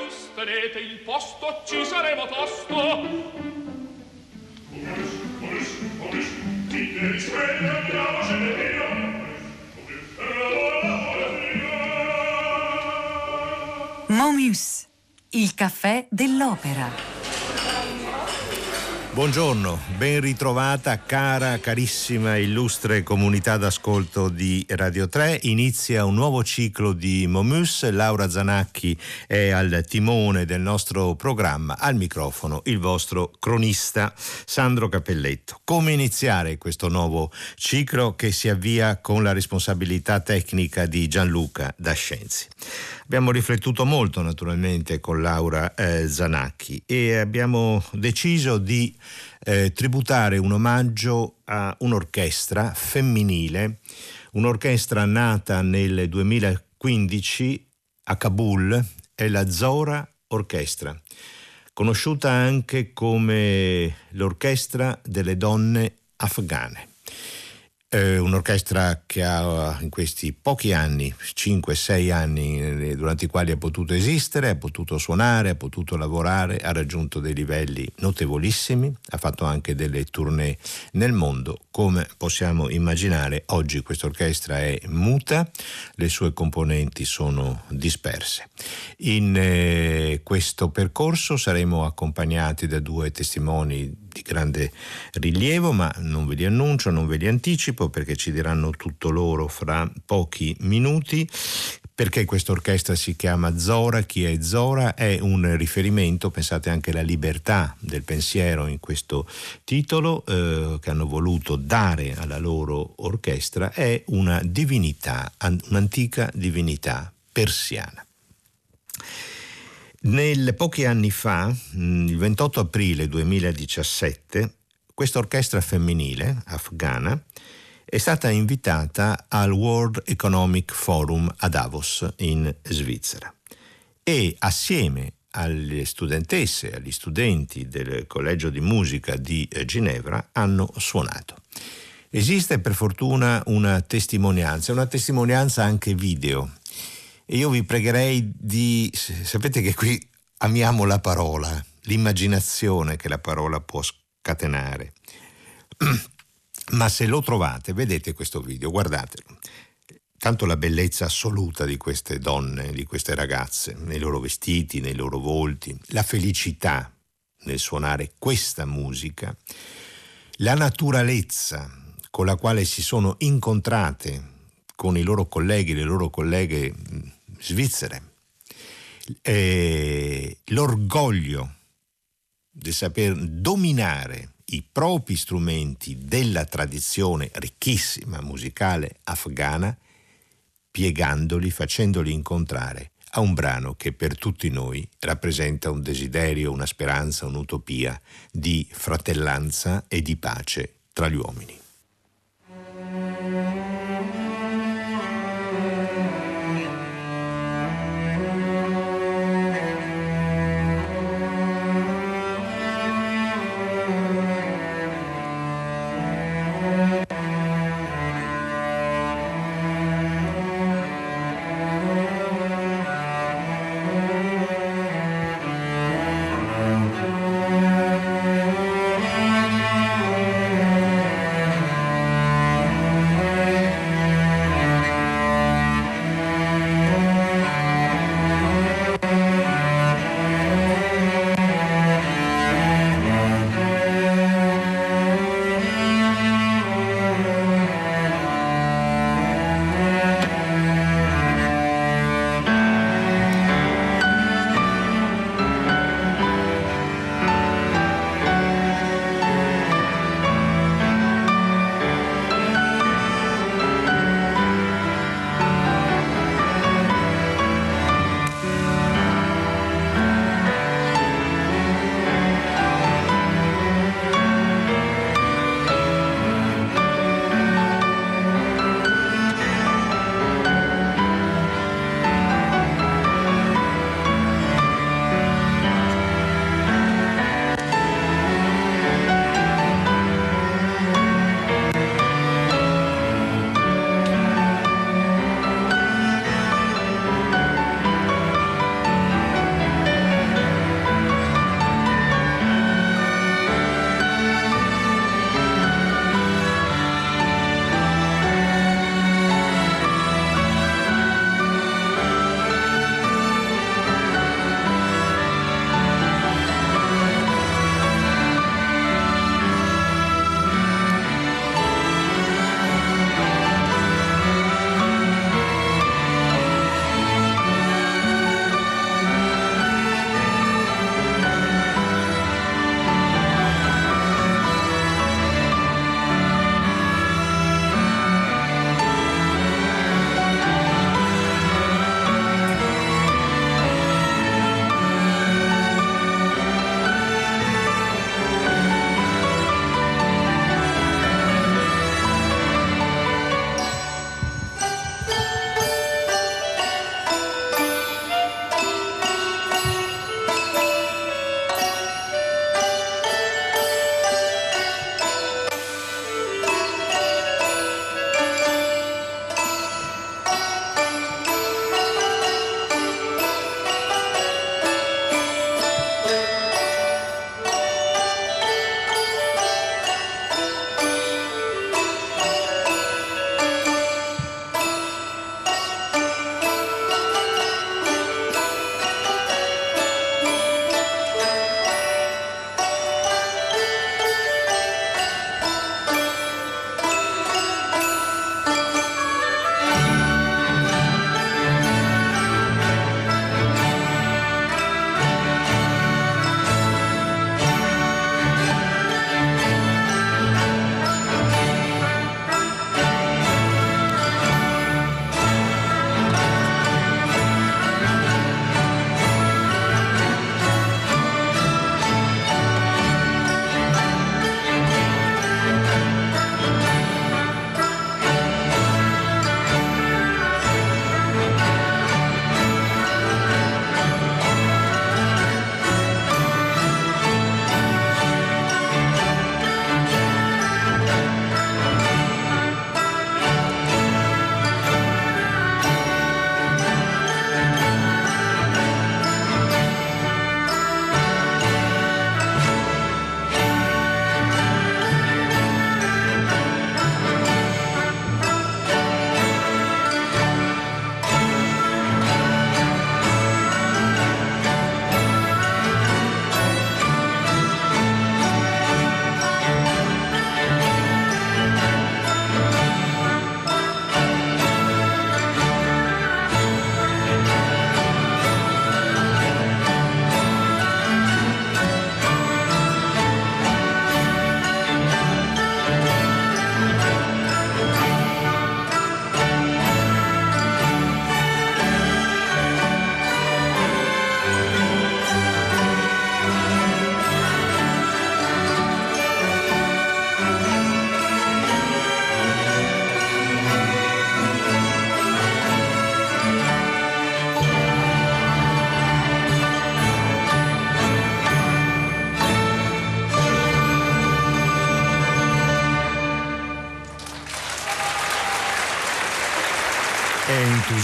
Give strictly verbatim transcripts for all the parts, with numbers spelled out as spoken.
Momus, tenete il posto, ci saremo tosto. Momus, Momus, Momus, dite risveglio, andiamocene via. Momus, il caffè dell'opera. Buongiorno, ben ritrovata cara, carissima, illustre comunità d'ascolto di Radio tre. Inizia un nuovo ciclo di Momus. Laura Zanacchi è al timone del nostro programma, al microfono il vostro cronista Sandro Cappelletto. Come iniziare questo nuovo ciclo che si avvia con la responsabilità tecnica di Gianluca Dascenzi? Abbiamo riflettuto molto naturalmente con Laura eh, Zanacchi e abbiamo deciso di eh, tributare un omaggio a un'orchestra femminile, un'orchestra nata nel duemilaquindici a Kabul, è la Zohra Orchestra, conosciuta anche come l'Orchestra delle Donne Afghane. Eh, un'orchestra che ha in questi pochi anni, cinque sei anni durante i quali ha potuto esistere, ha potuto suonare, ha potuto lavorare, ha raggiunto dei livelli notevolissimi, ha fatto anche delle tournée nel mondo. Come possiamo immaginare, oggi questa orchestra è muta, le sue componenti sono disperse. In eh, questo percorso saremo accompagnati da due testimoni di grande rilievo, ma non ve li annuncio, non ve li anticipo perché ci diranno tutto loro fra pochi minuti. Perché questa orchestra si chiama Zohra? Chi è Zohra? È un riferimento, pensate anche alla libertà del pensiero in questo titolo eh, che hanno voluto dare alla loro orchestra, è una divinità, un'antica divinità persiana. Nel pochi anni fa, il ventotto aprile duemiladiciassette, questa orchestra femminile afghana è stata invitata al World Economic Forum a Davos in Svizzera e assieme alle studentesse, agli studenti del Collegio di Musica di Ginevra hanno suonato. Esiste per fortuna una testimonianza, una testimonianza anche video. E io vi pregherei di... Sapete che qui amiamo la parola, l'immaginazione che la parola può scatenare. Ma se lo trovate, vedete questo video, guardatelo. Tanto la bellezza assoluta di queste donne, di queste ragazze, nei loro vestiti, nei loro volti, la felicità nel suonare questa musica, la naturalezza con la quale si sono incontrate con i loro colleghi, le loro colleghe svizzere, e l'orgoglio di saper dominare i propri strumenti della tradizione ricchissima musicale afghana, piegandoli, facendoli incontrare a un brano che per tutti noi rappresenta un desiderio, una speranza, un'utopia di fratellanza e di pace tra gli uomini.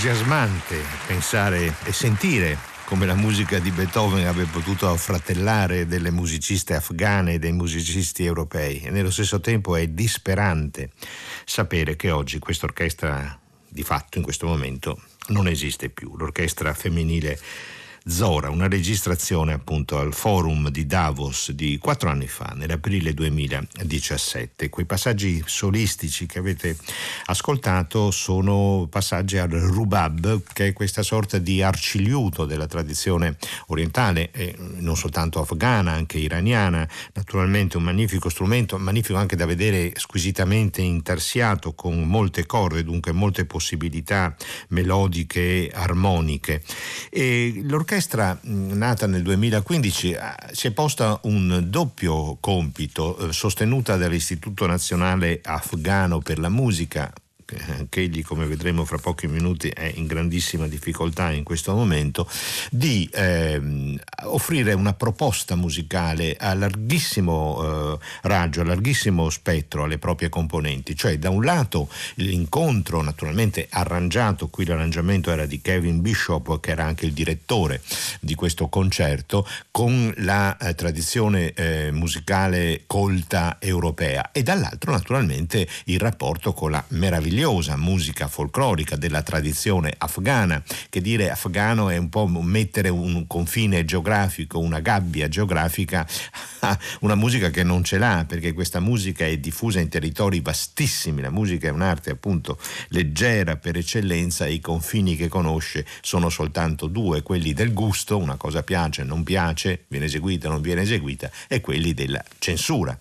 entusiasmante pensare e sentire come la musica di Beethoven abbia potuto affratellare delle musiciste afghane e dei musicisti europei, e nello stesso tempo è disperante sapere che oggi questa orchestra di fatto in questo momento non esiste più, l'orchestra femminile Zora, una registrazione appunto al forum di Davos di quattro anni fa, nell'aprile duemiladiciassette. Quei passaggi solistici che avete ascoltato sono passaggi al rubab, che è questa sorta di arciliuto della tradizione orientale, e non soltanto afghana, anche iraniana. Naturalmente un magnifico strumento, magnifico anche da vedere, squisitamente intarsiato, con molte corde, dunque molte possibilità melodiche e armoniche. E l'orchestra L'orchestra, nata nel duemilaquindici, si è posta un doppio compito, sostenuta dall'Istituto Nazionale Afghano per la Musica, che egli, come vedremo fra pochi minuti, è in grandissima difficoltà in questo momento, di ehm, offrire una proposta musicale a larghissimo eh, raggio, a larghissimo spettro alle proprie componenti, cioè da un lato l'incontro naturalmente arrangiato, qui l'arrangiamento era di Kevin Bishop, che era anche il direttore di questo concerto, con la eh, tradizione eh, musicale colta europea, e dall'altro naturalmente il rapporto con la meravigliosa musica folclorica della tradizione afghana. Che dire afghano è un po' mettere un confine geografico, una gabbia geografica a una musica che non ce l'ha, perché questa musica è diffusa in territori vastissimi. La musica è un'arte appunto leggera per eccellenza, e i confini che conosce sono soltanto due: quelli del gusto, una cosa piace, non piace, viene eseguita, non viene eseguita, e quelli della censura,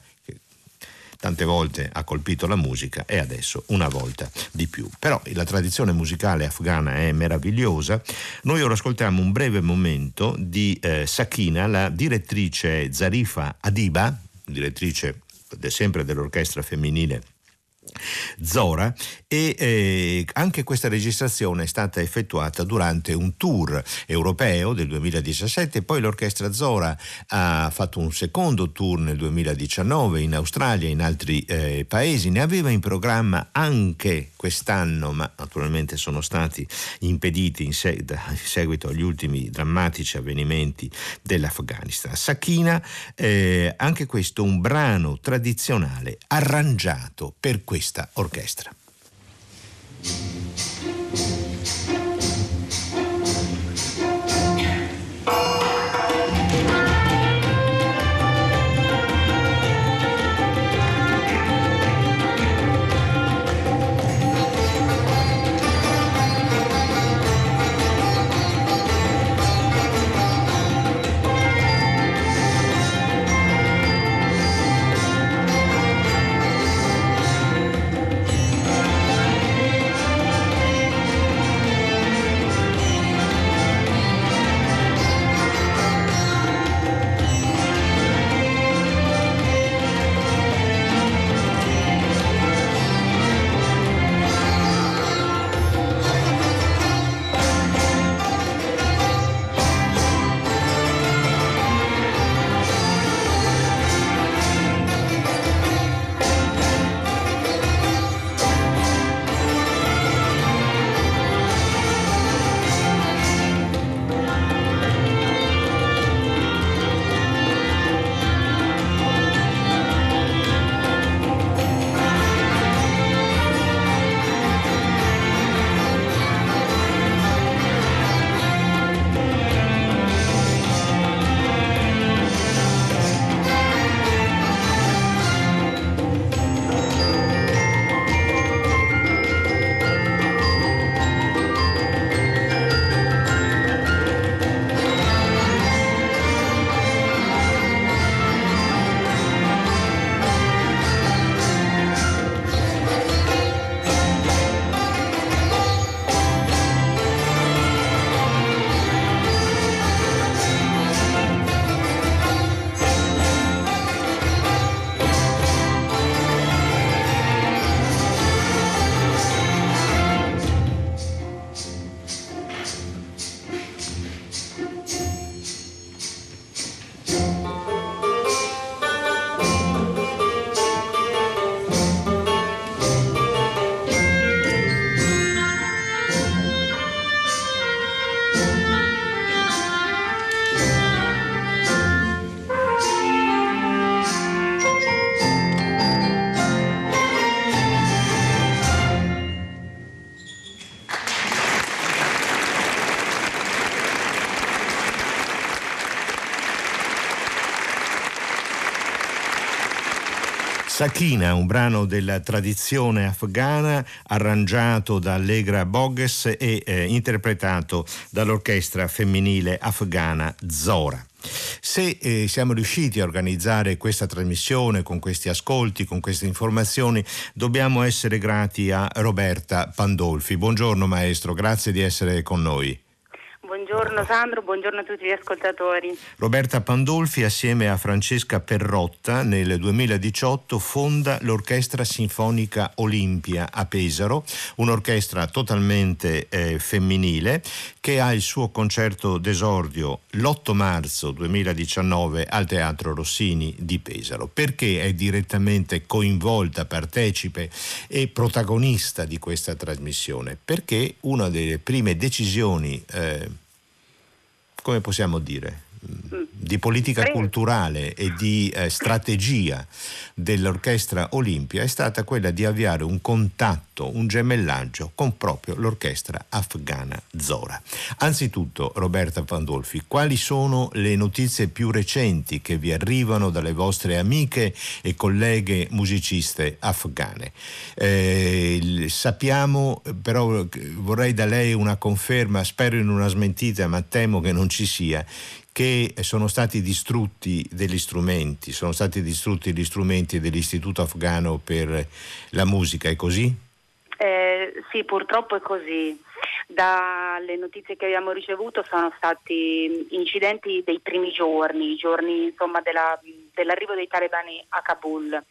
tante volte ha colpito la musica e adesso una volta di più. Però la tradizione musicale afghana è meravigliosa. Noi ora ascoltiamo un breve momento di eh, Sakina, la direttrice Zarifa Adiba, direttrice sempre dell'orchestra femminile Zora, e eh, anche questa registrazione è stata effettuata durante un tour europeo del duemiladiciassette. Poi l'orchestra Zora ha fatto un secondo tour nel duemiladiciannove in Australia e in altri eh, paesi. Ne aveva in programma anche quest'anno, ma naturalmente sono stati impediti in, se- in seguito agli ultimi drammatici avvenimenti dell'Afghanistan. Sakina, eh, anche questo un brano tradizionale arrangiato per questa orchestra. Thank Sakina, un brano della tradizione afghana arrangiato da Allegra Boghes e eh, interpretato dall'orchestra femminile afghana Zora. Se eh, siamo riusciti a organizzare questa trasmissione con questi ascolti, con queste informazioni, dobbiamo essere grati a Roberta Pandolfi. Buongiorno maestro, grazie di essere con noi. Buongiorno Sandro, buongiorno a tutti gli ascoltatori. Roberta Pandolfi assieme a Francesca Perrotta nel duemiladiciotto fonda l'Orchestra Sinfonica Olimpia a Pesaro, un'orchestra totalmente eh, femminile che ha il suo concerto d'esordio l'otto marzo duemiladiciannove al Teatro Rossini di Pesaro. Perché è direttamente coinvolta, partecipe e protagonista di questa trasmissione? Perché una delle prime decisioni eh, come possiamo dire, di politica culturale e di eh, strategia dell'Orchestra Olimpia è stata quella di avviare un contatto, un gemellaggio con proprio l'orchestra afghana Zora. Anzitutto, Roberta Pandolfi, quali sono le notizie più recenti che vi arrivano dalle vostre amiche e colleghe musiciste afghane? Eh, sappiamo, però vorrei da lei una conferma, spero in una smentita, ma temo che non ci sia, che sono stati distrutti degli strumenti, sono stati distrutti gli strumenti dell'Istituto Afghano per la musica, è così? Eh, sì, purtroppo è così. Dalle notizie che abbiamo ricevuto sono stati incidenti dei primi giorni, giorni insomma della, dell'arrivo dei talebani a Kabul.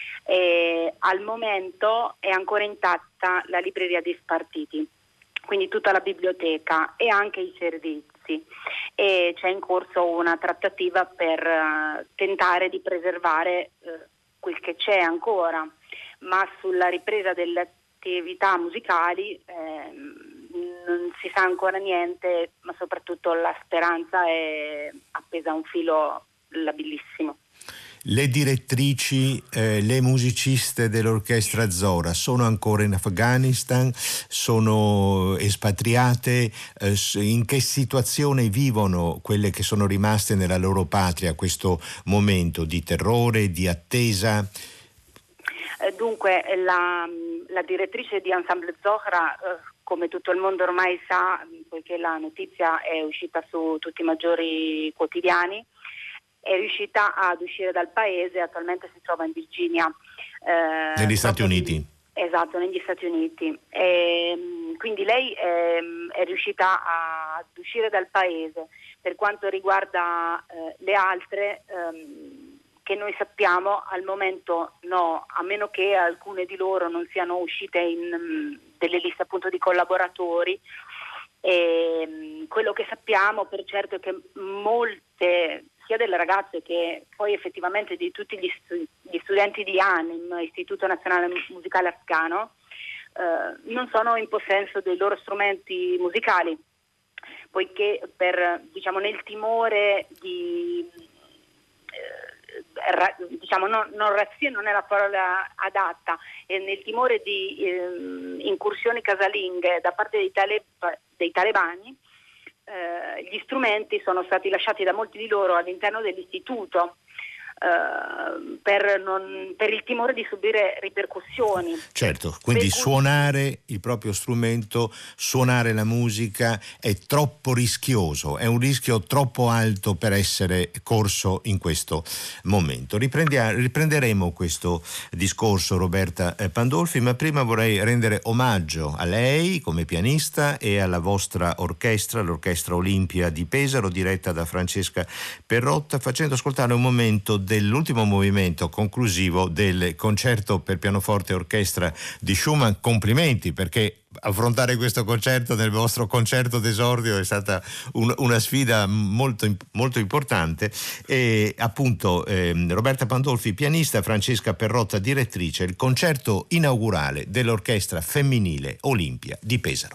E al momento è ancora intatta la libreria dei spartiti, quindi tutta la biblioteca e anche i servizi. E c'è in corso una trattativa per uh, tentare di preservare uh, quel che c'è ancora, ma sulla ripresa delle attività musicali eh, non si sa ancora niente, ma soprattutto la speranza è appesa a un filo labilissimo. Le direttrici, eh, le musiciste dell'orchestra Zora sono ancora in Afghanistan? Sono espatriate? Eh, in che situazione vivono quelle che sono rimaste nella loro patria a questo momento di terrore, di attesa? Eh, dunque, la, la direttrice di Ensemble Zohra, eh, come tutto il mondo ormai sa, poiché la notizia è uscita su tutti i maggiori quotidiani, è riuscita ad uscire dal paese, attualmente si trova in Virginia. Eh, negli Stati Uniti? Di, esatto, negli Stati Uniti. E, quindi lei è, è riuscita ad uscire dal paese. Per quanto riguarda eh, le altre, ehm, che noi sappiamo, al momento no, a meno che alcune di loro non siano uscite in um, delle liste appunto di collaboratori. E, quello che sappiamo per certo è che molte sia delle ragazze che poi effettivamente di tutti gli, stu- gli studenti di ANIM, Istituto Nazionale Musicale Afghano, eh, non sono in possesso dei loro strumenti musicali, poiché per, diciamo, nel timore di eh, ra- diciamo non, non razzia non è la parola adatta, e nel timore di eh, incursioni casalinghe da parte dei, taleb- dei talebani, Uh, gli strumenti sono stati lasciati da molti di loro all'interno dell'istituto uh, per, non, per il timore di subire ripercussioni. Certo, quindi per suonare il proprio strumento, suonare la musica è troppo rischioso, è un rischio troppo alto per essere corso in questo momento. Riprenderemo questo discorso, Roberta Pandolfi, ma prima vorrei rendere omaggio a lei come pianista e alla vostra orchestra, l'Orchestra Olimpia di Pesaro, diretta da Francesca Perrotta, facendo ascoltare un momento dell'ultimo movimento conclusivo del concerto per pianoforte e orchestra di Schumann. Complimenti, perché affrontare questo concerto nel vostro concerto d'esordio è stata un, una sfida molto, molto importante. E appunto eh, Roberta Pandolfi pianista, Francesca Perrotta direttrice, il concerto inaugurale dell'orchestra femminile Olimpia di Pesaro.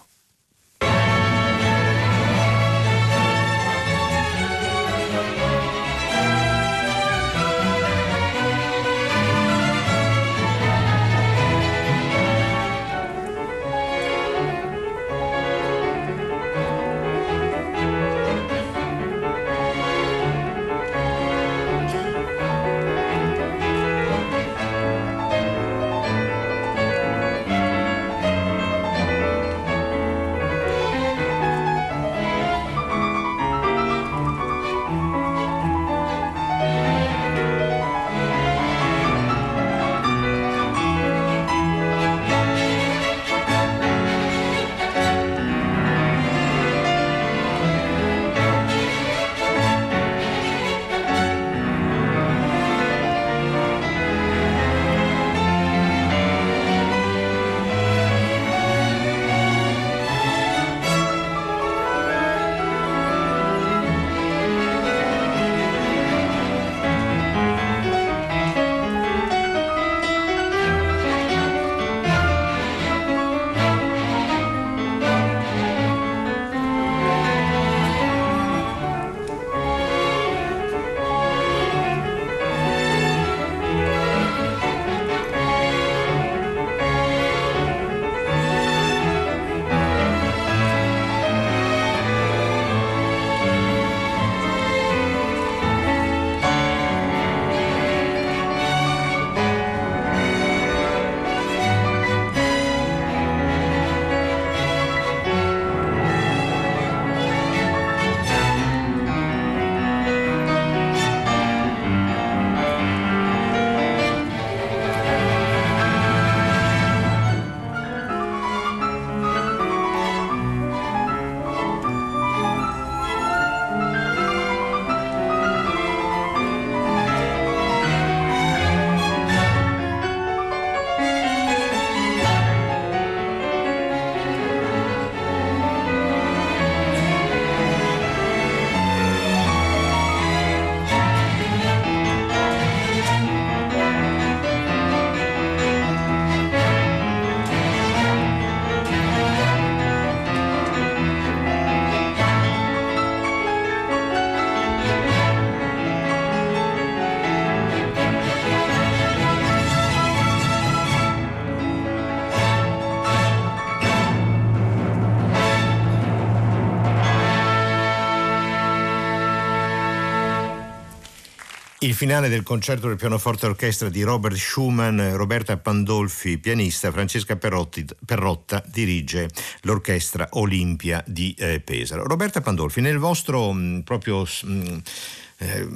Il finale del concerto del pianoforte orchestra di Robert Schumann, Roberta Pandolfi pianista, Francesca Perrotti, Perrotta dirige l'orchestra Olimpia di eh, Pesaro. Roberta Pandolfi, nel vostro mh, proprio mh, eh,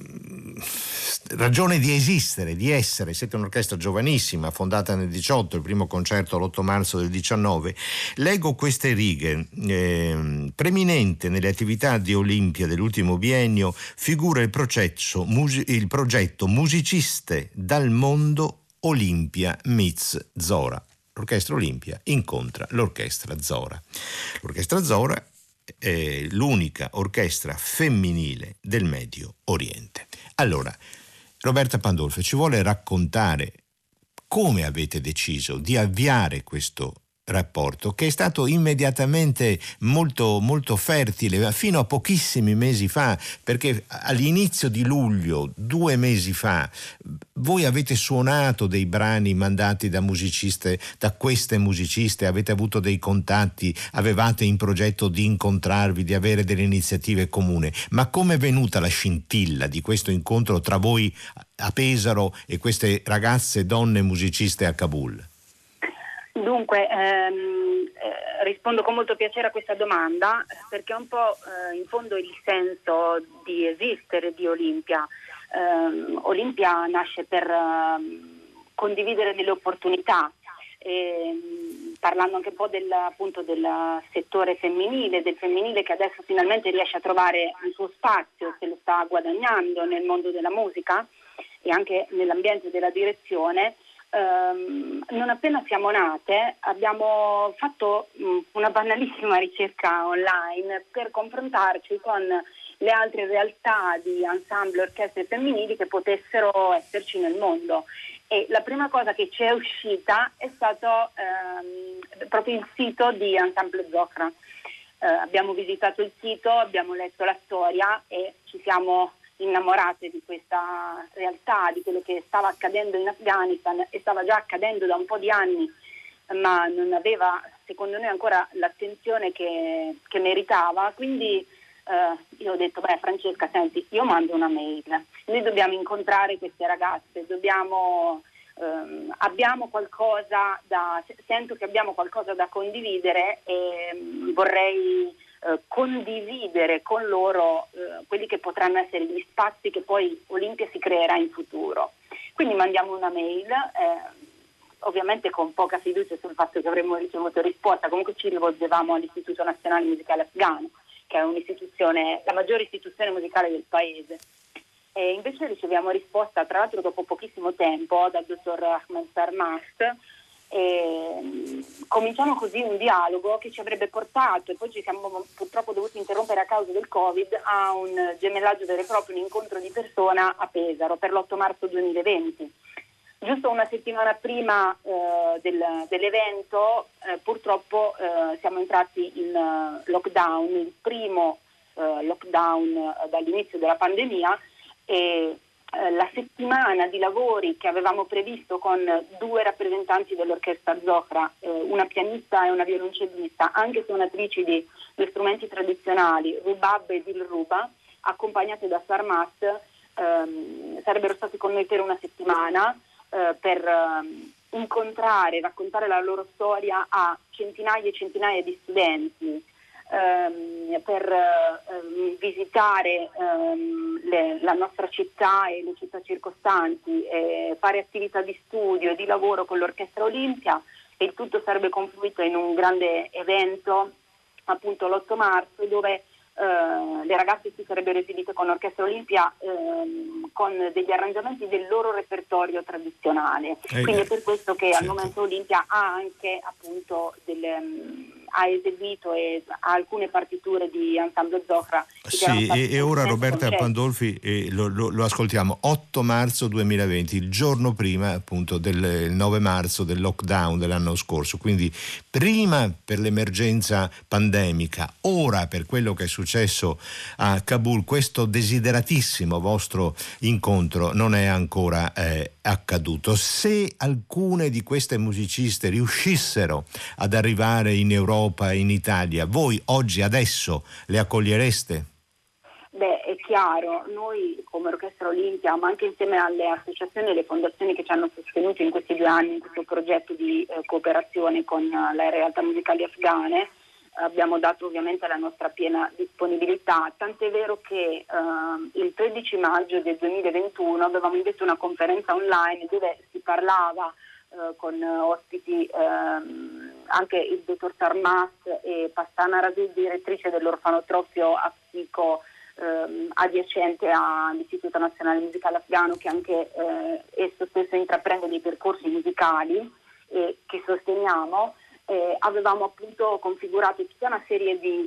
ragione di esistere, di essere, siete un'orchestra giovanissima, fondata nel diciotto, il primo concerto l'otto marzo del diciannove, leggo queste righe: eh, preminente nelle attività di Olimpia dell'ultimo biennio figura il processo, mus- il progetto Musiciste dal mondo Olimpia meets Zora. L'orchestra Olimpia incontra l'orchestra Zora. L'orchestra Zora è l'unica orchestra femminile del Medio Oriente. Allora, Roberta Pandolfi, ci vuole raccontare come avete deciso di avviare questo rapporto, che è stato immediatamente molto, molto fertile fino a pochissimi mesi fa, perché all'inizio di luglio, due mesi fa, voi avete suonato dei brani mandati da musiciste, da queste musiciste, avete avuto dei contatti, avevate in progetto di incontrarvi, di avere delle iniziative comuni. Ma come è venuta la scintilla di questo incontro tra voi a Pesaro e queste ragazze donne musiciste a Kabul? Dunque, ehm, eh, rispondo con molto piacere a questa domanda, perché è un po' eh, in fondo il senso di esistere di Olimpia. Eh, Olimpia nasce per eh, condividere delle opportunità, eh, parlando anche un po' del, appunto, del settore femminile, del femminile che adesso finalmente riesce a trovare il suo spazio, se lo sta guadagnando nel mondo della musica e anche nell'ambiente della direzione. Um, non appena siamo nate abbiamo fatto um, una banalissima ricerca online per confrontarci con le altre realtà di ensemble orchestre femminili che potessero esserci nel mondo, e la prima cosa che ci è uscita è stato um, proprio il sito di Ensemble Zohra. Uh, abbiamo visitato il sito, abbiamo letto la storia e ci siamo innamorate di questa realtà, di quello che stava accadendo in Afghanistan e stava già accadendo da un po' di anni, ma non aveva, secondo noi, ancora l'attenzione che, che meritava. Quindi eh, io ho detto, beh Francesca, senti, io mando una mail, noi dobbiamo incontrare queste ragazze, dobbiamo, ehm, abbiamo qualcosa da, sento che abbiamo qualcosa da condividere e mh, vorrei Eh, condividere con loro eh, quelli che potranno essere gli spazi che poi Olimpia si creerà in futuro. Quindi mandiamo una mail, eh, ovviamente con poca fiducia sul fatto che avremmo ricevuto risposta. Comunque ci rivolgevamo all'Istituto Nazionale Musicale Afghano, che è un'istituzione, la maggiore istituzione musicale del paese. E invece riceviamo risposta, tra l'altro dopo pochissimo tempo, dal dottor Ahmed Sarmast. E cominciamo così un dialogo che ci avrebbe portato, e poi ci siamo purtroppo dovuti interrompere a causa del Covid, a un gemellaggio vero e proprio, un incontro di persona a Pesaro per l'otto marzo duemilaventi. Giusto una settimana prima eh, del, dell'evento eh, purtroppo eh, siamo entrati in uh, lockdown, il primo uh, lockdown uh, dall'inizio della pandemia, e la settimana di lavori che avevamo previsto con due rappresentanti dell'orchestra Zohra, eh, una pianista e una violoncellista, anche suonatrici di, di strumenti tradizionali, Rubab e Dilruba, accompagnate da Sarmat, ehm, sarebbero stati con noi per una settimana eh, per eh, incontrare, raccontare la loro storia a centinaia e centinaia di studenti, ehm, per ehm, visitare ehm, le, la nostra città e le città circostanti, e fare attività di studio e di lavoro con l'Orchestra Olimpia, e il tutto sarebbe confluito in un grande evento appunto l'otto marzo, dove Uh, le ragazze si sarebbero esibite con l'Orchestra Olimpia uh, con degli arrangiamenti del loro repertorio tradizionale. Eh, Quindi è per questo che certo. al momento Olimpia ha anche appunto delle, um, ha eseguito e ha alcune partiture di Ensemble Zohra. Sì, e, e ora Roberta concerti. Pandolfi eh, lo, lo, lo ascoltiamo. otto marzo duemilaventi, il giorno prima appunto del nove marzo del lockdown dell'anno scorso, quindi prima per l'emergenza pandemica, ora per quello che è successo a Kabul. Questo desideratissimo vostro incontro non è ancora eh, accaduto. Se alcune di queste musiciste riuscissero ad arrivare in Europa e in Italia, voi oggi adesso le accogliereste? Beh, è chiaro, noi come Orchestra Olimpia, ma anche insieme alle associazioni e alle fondazioni che ci hanno sostenuto in questi due anni in questo progetto di eh, cooperazione con uh, le realtà musicali afghane, abbiamo dato ovviamente la nostra piena disponibilità, tant'è vero che uh, il tredici maggio del duemilaventuno avevamo invece una conferenza online dove si parlava uh, con uh, ospiti uh, anche il dottor Sarmas e Pastana Rasul, direttrice dell'orfanotrofio Afsico ehm, adiacente all'Istituto Nazionale Musicale Afghano, che anche eh, esso stesso intraprende dei percorsi musicali e che sosteniamo. Eh, avevamo appunto configurato tutta una serie di,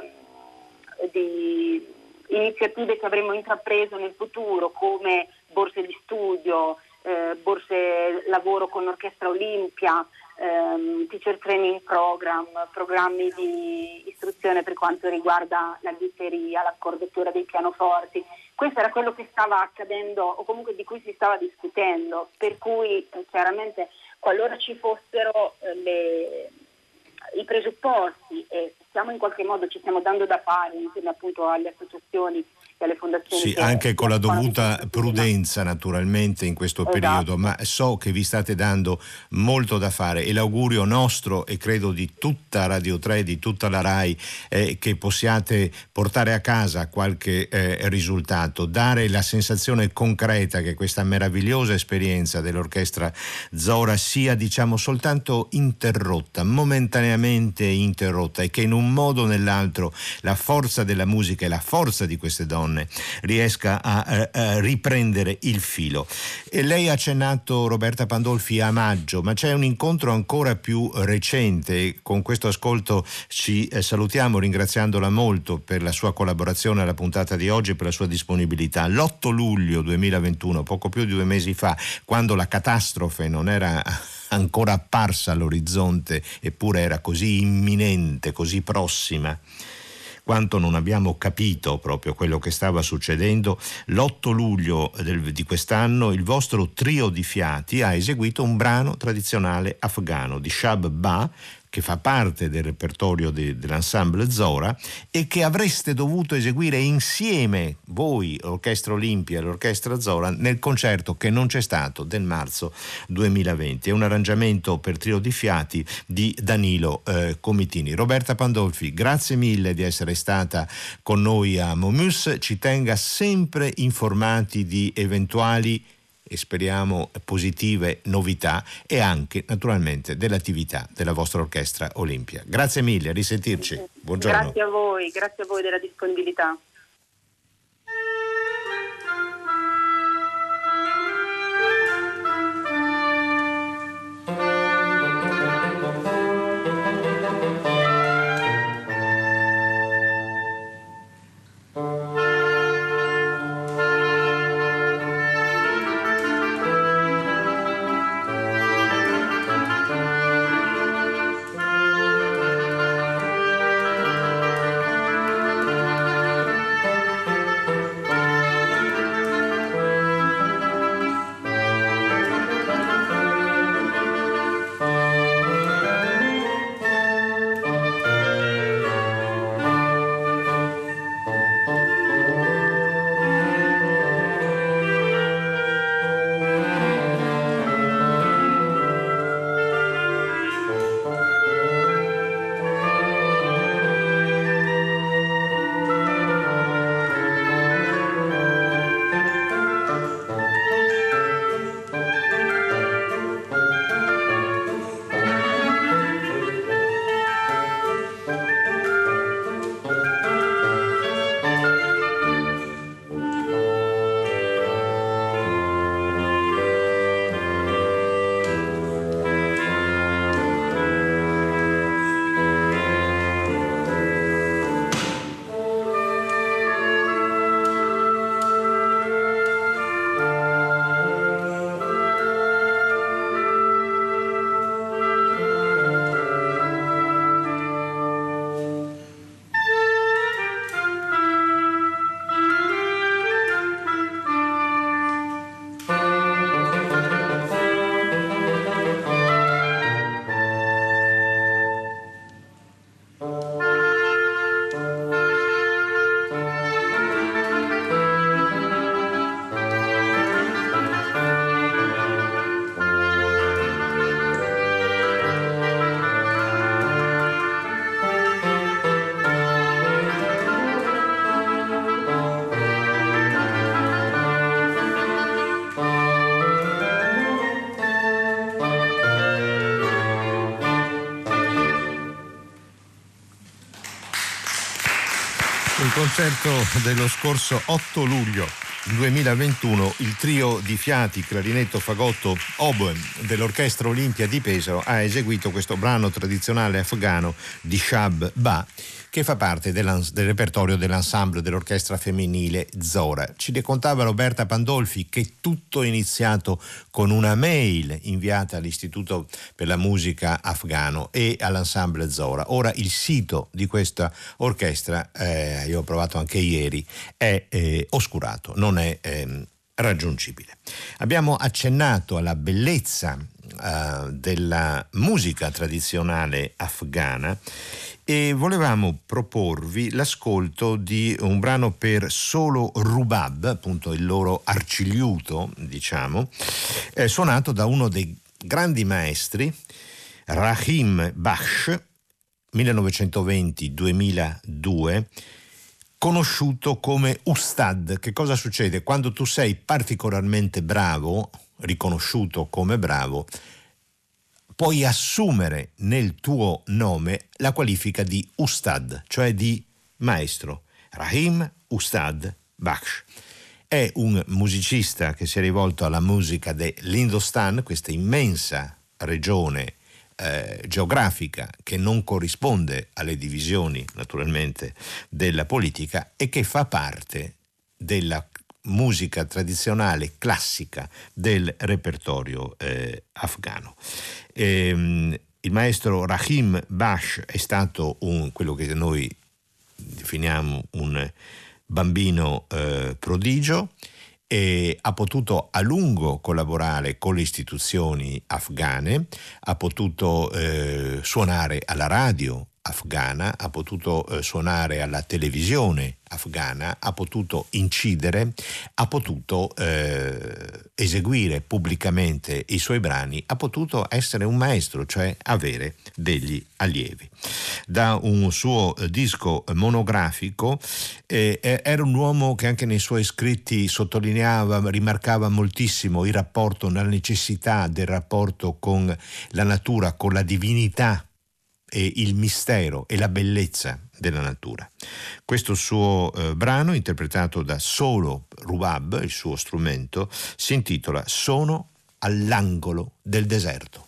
eh, di iniziative che avremmo intrapreso nel futuro, come borse di studio, eh, borse lavoro con Orchestra Olimpia, ehm, teacher training program, programmi di istruzione per quanto riguarda la ghittieria, l'accordatura dei pianoforti. Questo era quello che stava accadendo o comunque di cui si stava discutendo, per cui eh, chiaramente qualora ci fossero eh, le, i presupposti e stiamo in qualche modo ci stiamo dando da fare insieme appunto alle associazioni e alle fondazioni. Sì, che anche con la dovuta che prudenza naturalmente in questo esatto. periodo, ma so che vi state dando molto da fare e l'augurio nostro e credo di tutta Radio tre, di tutta la RAI, è che possiate portare a casa qualche eh, risultato, dare la sensazione concreta che questa meravigliosa esperienza dell'orchestra Zora sia diciamo soltanto interrotta, momentaneamente interrotta, e che in un modo o nell'altro la forza della musica e la forza di queste donne riesca a, a, a riprendere il filo. E lei ha accennato, Roberta Pandolfi, a maggio, ma c'è un incontro ancora più recente. Con questo ascolto ci eh, salutiamo ringraziandola molto per la sua collaborazione alla puntata di oggi e per la sua disponibilità. L'otto luglio duemilaventuno, poco più di due mesi fa, quando la catastrofe non era ancora apparsa all'orizzonte, eppure era così imminente, così prossima, quanto non abbiamo capito proprio quello che stava succedendo, l'otto luglio del, di quest'anno il vostro trio di fiati ha eseguito un brano tradizionale afghano di Shab Ba, che fa parte del repertorio de, dell'ensemble Zora e che avreste dovuto eseguire insieme voi, Orchestra Olimpia e l'Orchestra Zora, nel concerto che non c'è stato del marzo duemilaventi. È un arrangiamento per trio di fiati di Danilo eh, Comitini. Roberta Pandolfi, grazie mille di essere stata con noi a Momus. Ci tenga sempre informati di eventuali e speriamo positive novità e anche naturalmente dell'attività della vostra Orchestra Olimpia. Grazie mille, a risentirci. Buongiorno. Grazie a voi, grazie a voi della disponibilità. concerto dello scorso otto luglio duemilaventuno, il trio di fiati, clarinetto, fagotto, oboe dell'Orchestra Olimpia di Pesaro ha eseguito questo brano tradizionale afghano di Shab Ba, che fa parte del repertorio dell'ensemble dell'orchestra femminile Zora. Ci raccontava Roberta Pandolfi che tutto è iniziato con una mail inviata all'Istituto per la Musica Afghano e all'ensemble Zora. Ora il sito di questa orchestra, eh, io ho provato anche ieri, è eh, oscurato, non è eh, raggiungibile. Abbiamo accennato alla bellezza eh, della musica tradizionale afghana e volevamo proporvi l'ascolto di un brano per solo rubab, appunto il loro arcigliuto, diciamo, eh, suonato da uno dei grandi maestri, Rahim Baksh, millenovecentoventi duemiladue, conosciuto come Ustad. Che cosa succede? Quando tu sei particolarmente bravo, riconosciuto come bravo, puoi assumere nel tuo nome la qualifica di Ustad, cioè di maestro. Rahim Ustad Baksh è un musicista che si è rivolto alla musica dell'Indostan, questa immensa regione eh, geografica che non corrisponde alle divisioni naturalmente della politica e che fa parte della musica tradizionale classica del repertorio eh, afghano. Ehm, il maestro Rahim Baksh è stato un, quello che noi definiamo un bambino eh, prodigio e ha potuto a lungo collaborare con le istituzioni afghane, ha potuto eh, suonare alla radio afghana, ha potuto eh, suonare alla televisione afghana, ha potuto incidere, ha potuto eh, eseguire pubblicamente i suoi brani, ha potuto essere un maestro, cioè avere degli allievi. Da un suo eh, disco monografico eh, era un uomo che anche nei suoi scritti sottolineava, rimarcava moltissimo il rapporto, la necessità del rapporto con la natura, con la divinità e il mistero e la bellezza della natura. Questo suo eh, brano, interpretato da solo rubab, il suo strumento, si intitola Sono all'angolo del deserto.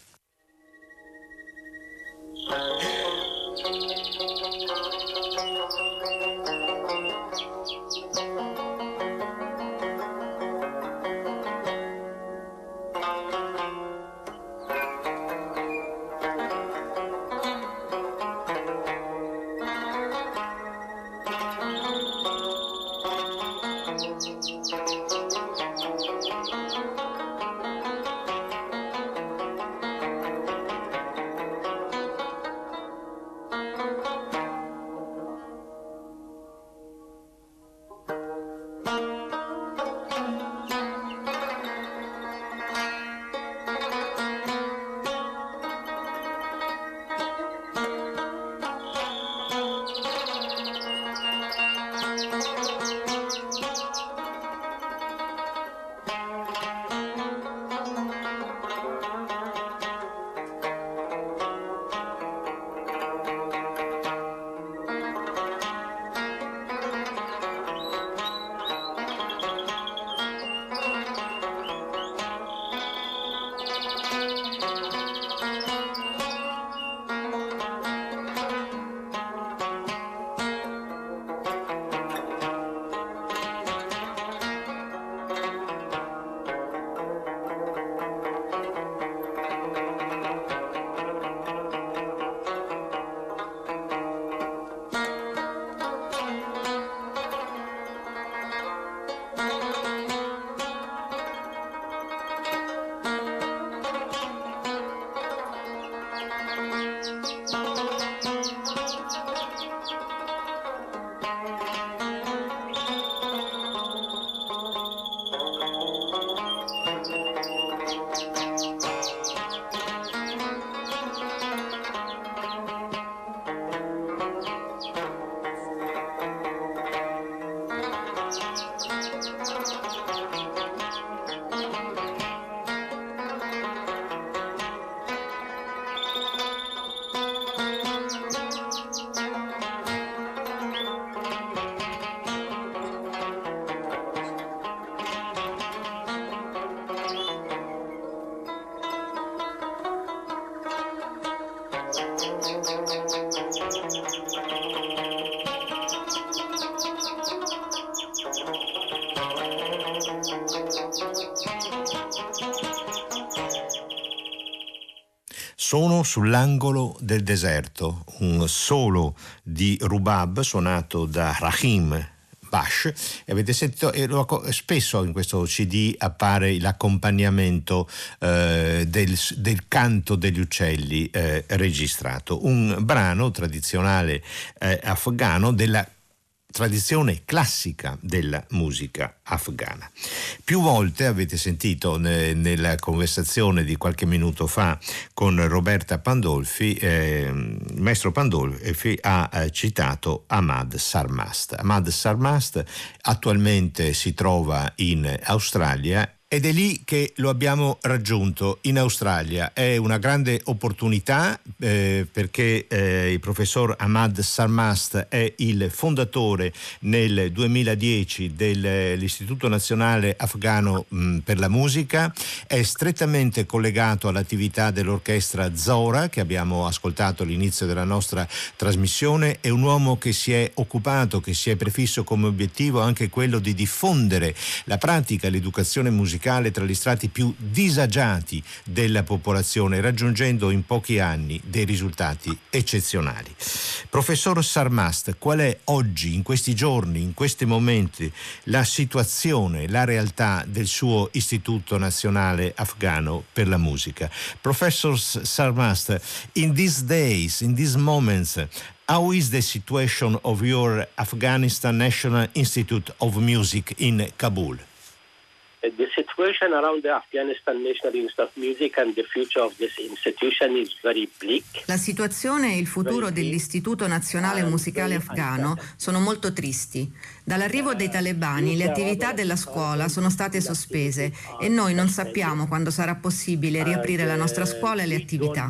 Sono sull'angolo del deserto, un solo di Rubab suonato da Rahim Bash, e avete sentito, e lo, spesso in questo C D appare l'accompagnamento eh, del, del canto degli uccelli eh, registrato, un brano tradizionale eh, afghano della tradizione classica della musica afghana. Più volte avete sentito ne, nella conversazione di qualche minuto fa con Roberta Pandolfi, eh, il maestro Pandolfi ha eh, citato Ahmad Sarmast. Ahmad Sarmast attualmente si trova in Australia ed è lì che lo abbiamo raggiunto, in Australia. È una grande opportunità eh, perché eh, il professor Ahmad Sarmast è il fondatore nel duemiladieci dell'Istituto Nazionale Afghano mh, per la Musica, è strettamente collegato all'attività dell'orchestra Zohra che abbiamo ascoltato all'inizio della nostra trasmissione, è un uomo che si è occupato, che si è prefisso come obiettivo anche quello di diffondere la pratica e l'educazione musicale tra gli strati più disagiati della popolazione, raggiungendo in pochi anni dei risultati eccezionali. Professor Sarmast, qual è oggi, in questi giorni, in questi momenti, la situazione, la realtà del suo Istituto Nazionale Afghano per la Musica? Professor Sarmast, in these days, in these moments, how is the situation of your Afghanistan National Institute of Music in Kabul? The situation around the Afghanistan National Institute of Music and the future of this institution is very bleak. La situazione e il futuro dell'Istituto Nazionale Musicale Afghano sono molto tristi. Dall'arrivo dei talebani le attività della scuola sono state sospese e noi non sappiamo quando sarà possibile riaprire la nostra scuola e le attività.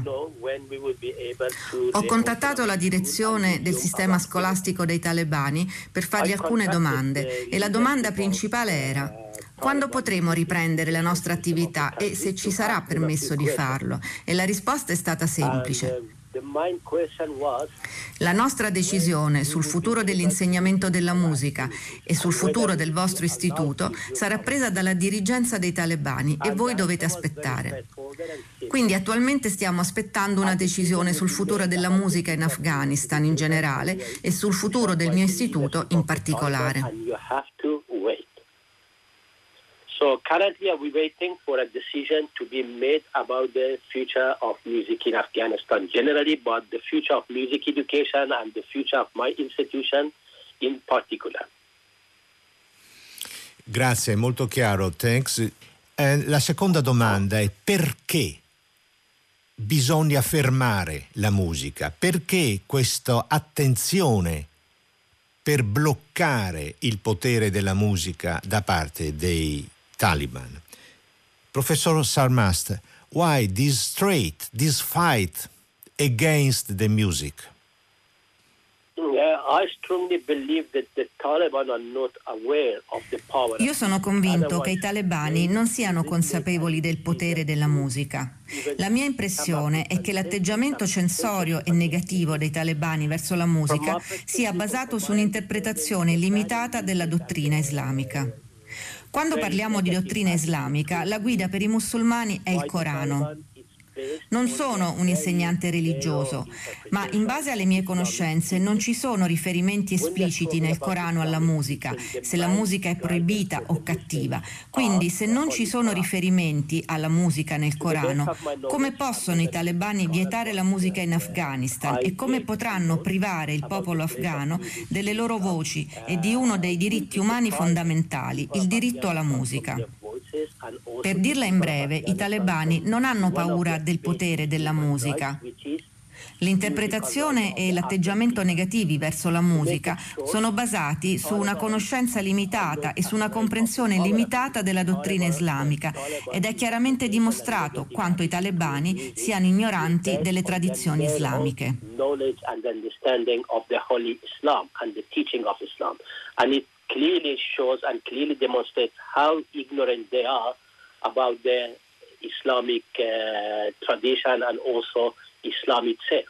Ho contattato la direzione del sistema scolastico dei talebani per fargli alcune domande e la domanda principale era: quando potremo riprendere la nostra attività e se ci sarà permesso di farlo? E la risposta è stata semplice. La nostra decisione sul futuro dell'insegnamento della musica e sul futuro del vostro istituto sarà presa dalla dirigenza dei talebani e voi dovete aspettare. Quindi attualmente stiamo aspettando una decisione sul futuro della musica in Afghanistan in generale e sul futuro del mio istituto in particolare. So currently we are waiting for a decision to be made about the future of music in Afghanistan generally, but the future of music education and the future of my institution in particular. Grazie, molto chiaro, thanks. Eh, la seconda domanda è: perché bisogna fermare la musica? Perché questa attenzione per bloccare il potere della musica da parte dei Taliban? Professor Sarmast, why this straight, this fight against the music? I strongly believe that the Taliban are not aware of the power. Io sono convinto che i talebani non siano consapevoli del potere della musica. La mia impressione è che l'atteggiamento censorio e negativo dei talebani verso la musica sia basato su un'interpretazione limitata della dottrina islamica. Quando parliamo di dottrina islamica, la guida per i musulmani è il Corano. Non sono un insegnante religioso, ma in base alle mie conoscenze non ci sono riferimenti espliciti nel Corano alla musica, se la musica è proibita o cattiva. Quindi, se non ci sono riferimenti alla musica nel Corano, come possono i talebani vietare la musica in Afghanistan e come potranno privare il popolo afghano delle loro voci e di uno dei diritti umani fondamentali, il diritto alla musica? Per dirla in breve, i talebani non hanno paura del potere della musica. L'interpretazione e l'atteggiamento negativi verso la musica sono basati su una conoscenza limitata e su una comprensione limitata della dottrina islamica ed è chiaramente dimostrato quanto i talebani siano ignoranti delle tradizioni islamiche. Clearly shows and clearly demonstrates how ignorant they are about the Islamic uh, tradition and also Islam itself.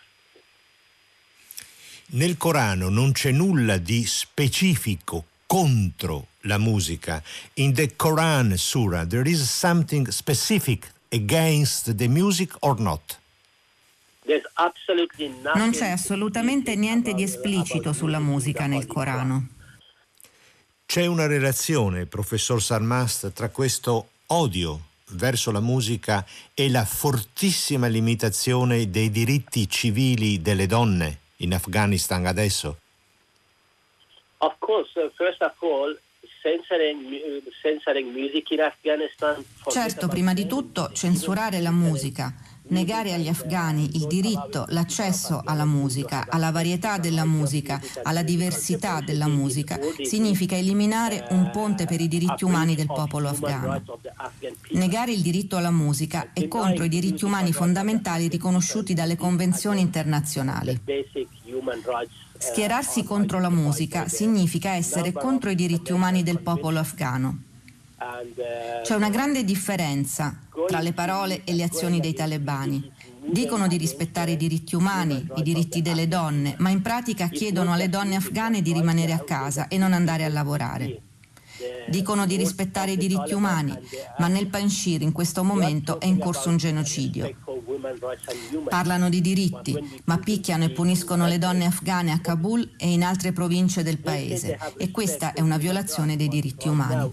Nel Corano non c'è nulla di specifico contro la musica. In the Quran Surah there is something specific against the music or not? Non c'è assolutamente niente di esplicito sulla musica nel Corano. C'è una relazione, professor Sarmast, tra questo odio verso la musica e la fortissima limitazione dei diritti civili delle donne in Afghanistan adesso? Of course, uh, first of all, censoring, censoring music in Afghanistan. Certo, prima di tutto censurare la musica, negare agli afghani il diritto, l'accesso alla musica, alla varietà della musica, alla diversità della musica, significa eliminare un ponte per i diritti umani del popolo afghano. Negare il diritto alla musica è contro i diritti umani fondamentali riconosciuti dalle convenzioni internazionali. Schierarsi contro la musica significa essere contro i diritti umani del popolo afghano. C'è una grande differenza tra le parole e le azioni dei talebani. Dicono di rispettare i diritti umani, i diritti delle donne, ma in pratica chiedono alle donne afghane di rimanere a casa e non andare a lavorare. Dicono di rispettare i diritti umani, ma nel Panjshir in questo momento è in corso un genocidio. Parlano di diritti, ma picchiano e puniscono le donne afghane a Kabul e in altre province del paese, e questa è una violazione dei diritti umani.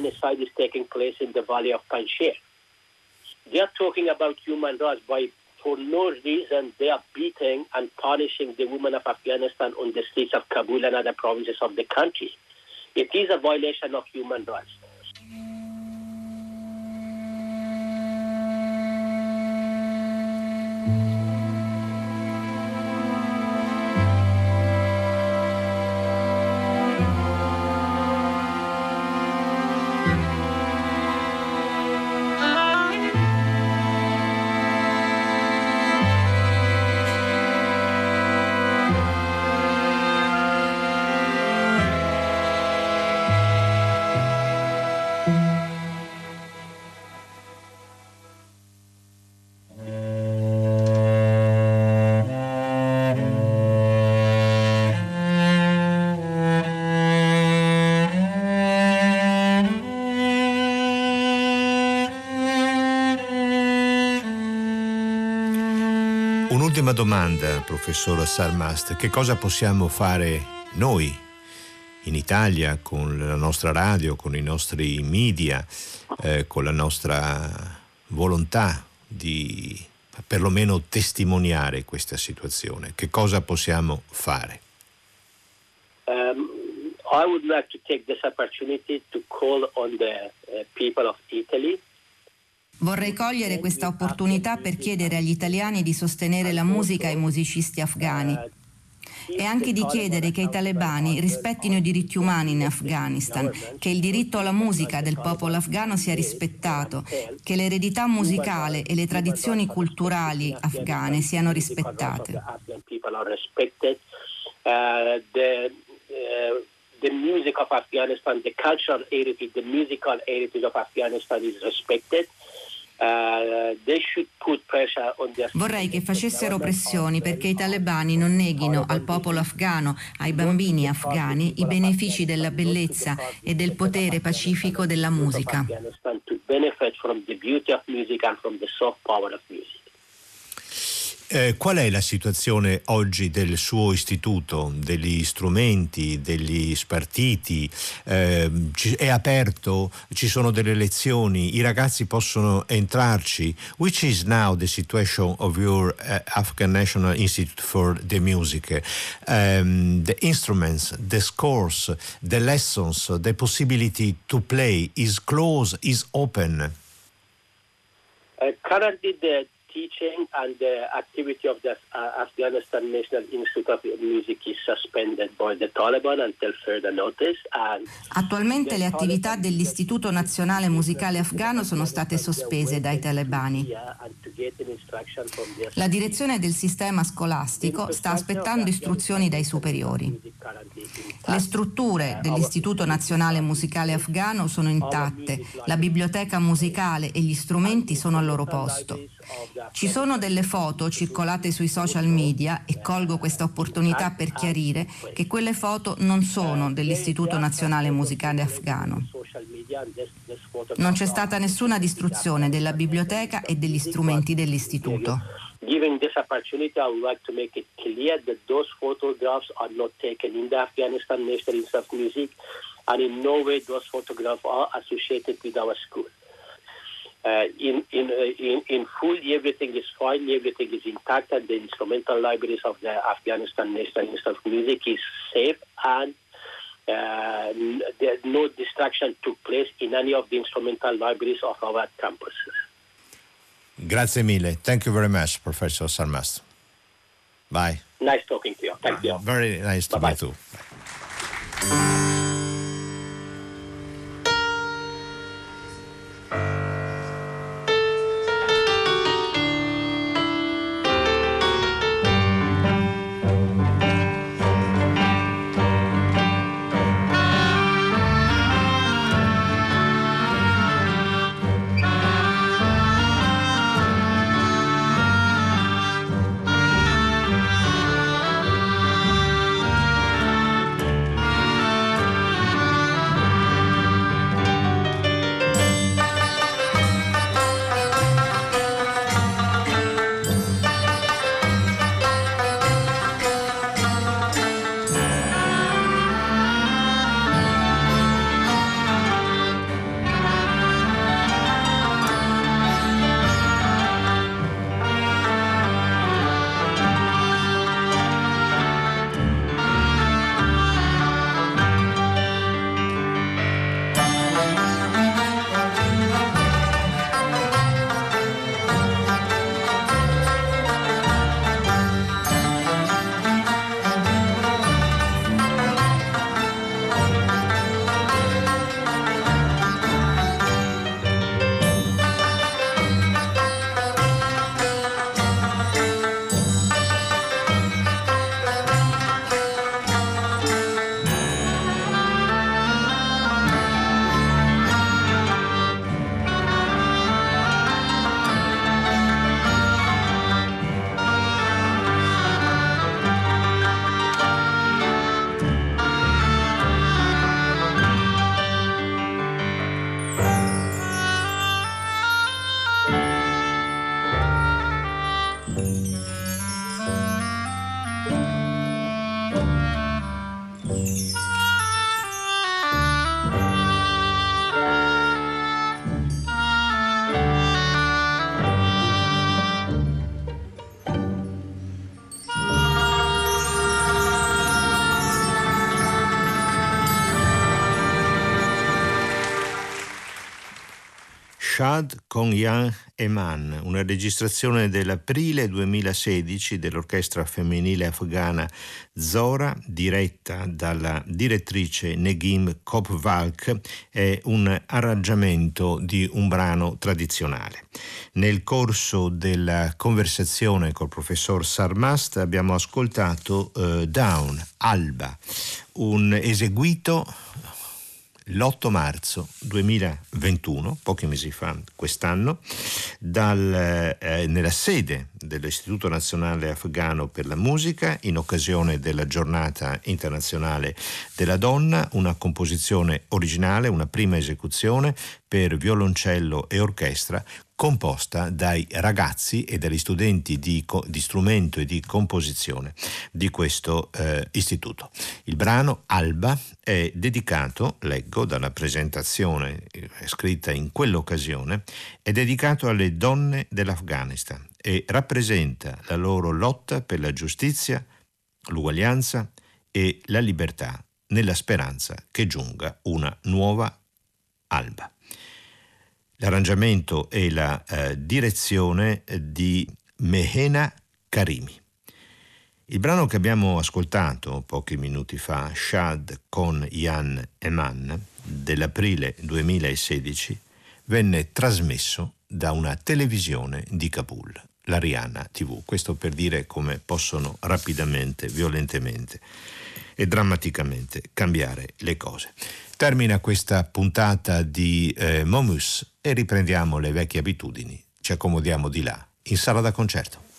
For no reason, they are beating and punishing the women of Afghanistan on the streets of Kabul and other provinces of the country. It is a violation of human rights. Un'ultima domanda, professor Sarmast. Che cosa possiamo fare noi in Italia con la nostra radio, con i nostri media, eh, con la nostra volontà di perlomeno testimoniare questa situazione? Che cosa possiamo fare? Um, I would like to take this opportunity to call on the uh, people of Italy. Vorrei cogliere questa opportunità per chiedere agli italiani di sostenere la musica e i musicisti afghani e anche di chiedere che i talebani rispettino i diritti umani in Afghanistan, che il diritto alla musica del popolo afghano sia rispettato, che l'eredità musicale e le tradizioni culturali afghane siano rispettate. The music of Afghanistan, the cultural heritage, the musical heritage of Afghanistan is respected. Uh, they should put pressure on their... Vorrei che facessero pressioni perché i talebani non neghino al popolo afghano, ai bambini afghani, i benefici della bellezza e del potere pacifico della musica. To benefit from the beauty of music and from the soft power of music. Eh, qual è la situazione oggi del suo istituto, degli strumenti, degli spartiti? Eh, è aperto? Ci sono delle lezioni? I ragazzi possono entrarci? Which is now the situation of your uh, Afghan National Institute for the Music? Um, the instruments, the scores, the lessons, the possibility to play is closed, is open? Uh, currently the teaching and the activity of the uh, Afghanistan National Institute of Music is suspended by the Taliban until further notice. And Attualmente le attività dell'Istituto Nazionale Musicale Afghano sono state sospese dai talebani. La direzione del sistema scolastico sta aspettando istruzioni dai superiori. Le strutture dell'Istituto Nazionale Musicale Afghano sono intatte, la biblioteca musicale e gli strumenti sono al loro posto. Ci sono delle foto circolate sui social media e colgo questa opportunità per chiarire che quelle foto non sono dell'Istituto Nazionale Musicale Afghano. Non c'è stata nessuna distruzione della biblioteca e degli strumenti dell'istituto. Given this opportunity, I would like to make it clear that those photographs are not taken in the Afghanistan National Institute of Music, and in no way those photographs are associated with our school. Uh, in, in, uh, in, in full, everything is fine, everything is intact, and the instrumental libraries of the Afghanistan National Institute of Music is safe, and uh, there, no distraction took place in any of the instrumental libraries of our campuses. Grazie mille. Thank you very much, Professor Sarmast. Bye. Nice talking to you. Thank you. Very nice to Bye-bye. meet you. Shad con Jan Eman, una registrazione dell'aprile duemilasedici dell'orchestra femminile afghana Zora, diretta dalla direttrice Negim Kopvalk, è un arrangiamento di un brano tradizionale. Nel corso della conversazione col professor Sarmast abbiamo ascoltato uh, Down, Alba, un eseguito l'otto marzo duemilaventuno, pochi mesi fa quest'anno, dal, eh, nella sede dell'Istituto Nazionale Afghano per la Musica, in occasione della Giornata Internazionale della Donna, una composizione originale, una prima esecuzione per violoncello e orchestra composta dai ragazzi e dagli studenti di, di strumento e di composizione di questo eh, istituto. Il brano Alba è dedicato, leggo dalla presentazione eh, scritta in quell'occasione, è dedicato alle donne dell'Afghanistan e rappresenta la loro lotta per la giustizia, l'uguaglianza e la libertà, nella speranza che giunga una nuova alba. L'arrangiamento e la eh, direzione di Mehena Karimi. Il brano che abbiamo ascoltato pochi minuti fa, Shad con Jan Eman, dell'aprile duemilasedici, venne trasmesso da una televisione di Kabul, l'Ariana tivù. Questo per dire come possono rapidamente, violentemente e drammaticamente cambiare le cose. Termina questa puntata di eh, Momus e riprendiamo le vecchie abitudini. Ci accomodiamo di là, in sala da concerto.